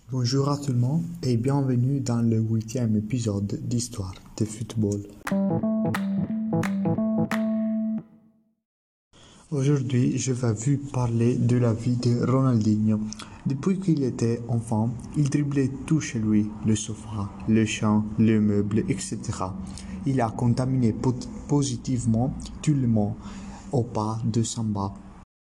Bonjour à tout le monde et bienvenue dans le 8e épisode d'Histoire de football. Aujourd'hui, je vais vous parler de la vie de Ronaldinho. Depuis qu'il était enfant, il driblait tout chez lui, le sofa, le champ, le meuble, etc. Il a contaminé positivement tout le monde au pas de samba.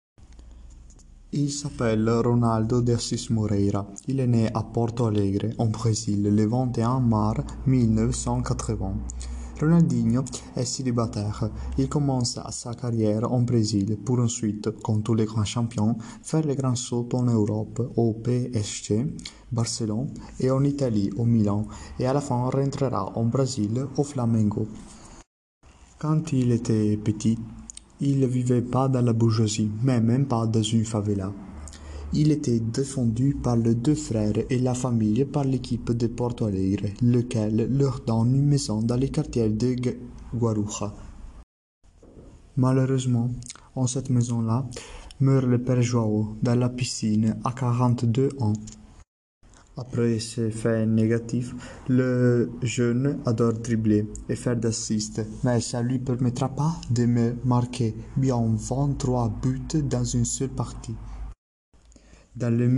Il s'appelle Ronaldo de Assis Moreira. Il est né à Porto Alegre, en Brésil, le 21 mars 1980. Ronaldinho est célibataire. Il commence sa carrière en Brésil pour ensuite, comme tous les grands champions, faire les grands sauts en Europe au PSG, Barcelone et en Italie au Milan et à la fin rentrera en Brésil au Flamengo. Quand il était petit, il ne vivait pas dans la bourgeoisie, mais même pas dans une favela. Il était défendu par les deux frères et la famille par l'équipe de Porto Alegre, lequel leur donne une maison dans le quartier de Guarujá. Malheureusement, en cette maison-là, meurt le père João dans la piscine à 42 ans. Après ces faits négatifs, le jeune adore dribbler et faire d'assists, mais ça ne lui permettra pas de marquer bien 23 buts dans une seule partie. Dans le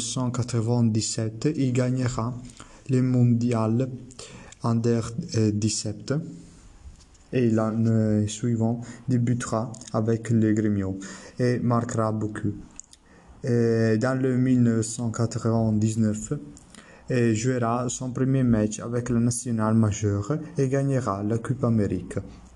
1997, il gagnera le mondial Under 17 et l'année suivante débutera avec le Grêmio et marquera beaucoup. Dans le 1999, il jouera son premier match avec la nationale majeure et gagnera la Coupe Amérique.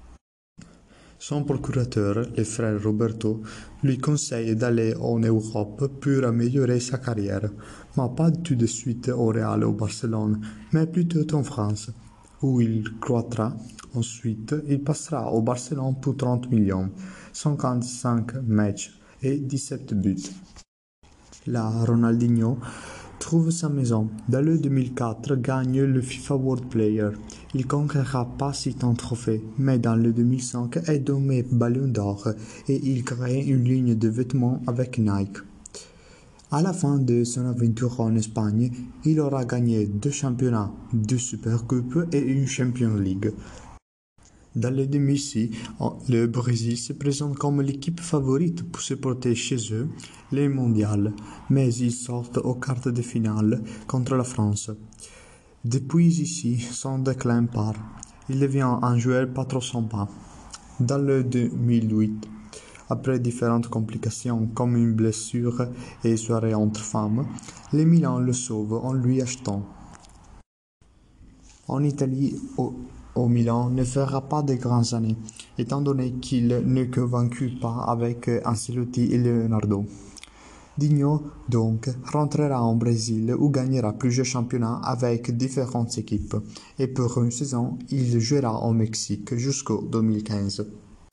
Son procurateur, le frère Roberto, lui conseille d'aller en Europe pour améliorer sa carrière, mais pas tout de suite au Real ou au Barcelone, mais plutôt en France, où il croîtra. Ensuite, il passera au Barcelone pour 30 millions, 55 matchs et 17 buts. Là, Ronaldinho trouve sa maison. Dans le 2004, gagne le FIFA World Player. Il ne conquérera pas 6 trophées, mais dans le 2005 est nommé Ballon d'Or et il crée une ligne de vêtements avec Nike. À la fin de son aventure en Espagne, il aura gagné 2 championnats, 2 Supercoupes et une Champions League. Dans le 2006, le Brésil se présente comme l'équipe favorite pour se porter chez eux les mondiales, mais ils sortent aux quarts de finale contre la France. Depuis ici, son déclin part. Il devient un joueur pas trop sympa. Dans le 2008, après différentes complications comme une blessure et soirée entre femmes, les Milan le sauvent en lui achetant. En Italie, au Milan ne fera pas de grandes années, étant donné qu'il ne convaincu pas avec Ancelotti et Leonardo. Dinho, donc, rentrera au Brésil où gagnera plusieurs championnats avec différentes équipes, et pour une saison, il jouera au Mexique jusqu'en 2015.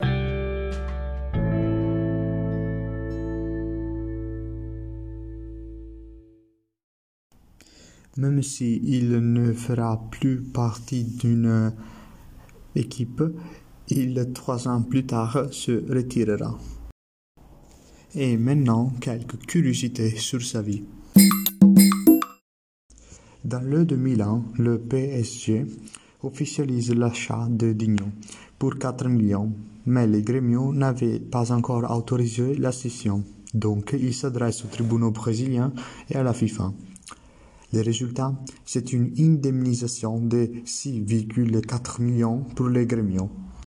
Même s'il ne fera plus partie d'une équipe, il 3 ans plus tard se retirera. Et maintenant, quelques curiosités sur sa vie. Dans le 2001, le PSG officialise l'achat de Dinho pour 4 millions, mais les Grêmio n'avaient pas encore autorisé la cession, donc il s'adresse aux tribunaux brésiliens et à la FIFA. Le résultat, c'est une indemnisation de 6,4 millions pour les Grêmio.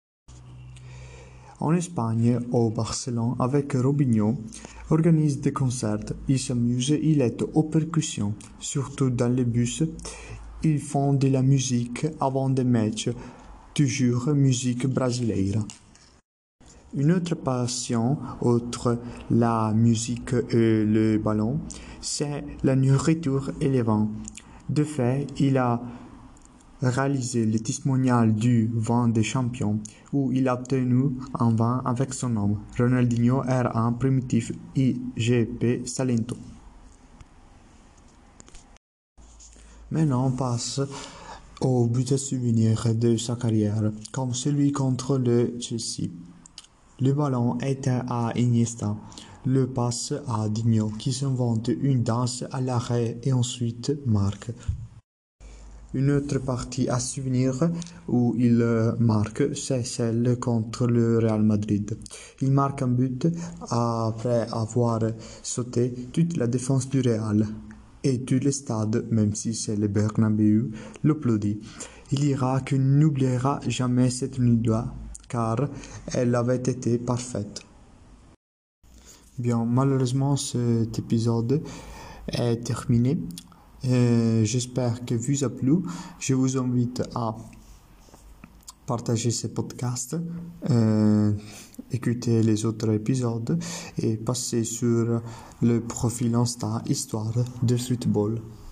En Espagne, au Barcelone, avec Robinho, organise des concerts. Il s'amuse, il est aux percussions, surtout dans les bus. Ils font de la musique avant des matchs, toujours musique brasileira. Une autre passion, outre la musique et le ballon, c'est la nourriture et les vins. De fait, il a réalisé le testimonial du vin des champions, où il a obtenu un vin avec son nom. Ronaldinho R1 Primitif IGP Salento. Maintenant, on passe au but à souvenir de sa carrière, comme celui contre le Chelsea. Le ballon était à Iniesta. le passe à Digno qui s'invente une danse à l'arrêt et ensuite marque. Une autre partie à souvenir où il marque, c'est celle contre le Real Madrid. Il marque un but après avoir sauté toute la défense du Real. Et tout le stade, même si c'est le Bernabéu, l'applaudit. Il dira qu'il n'oubliera jamais cette nuit-là, car elle avait été parfaite. Bien, malheureusement, cet épisode est terminé. J'espère que vous a plu. Je vous invite à partager ce podcast, écouter les autres épisodes et passer sur le profil Insta Histoire de football.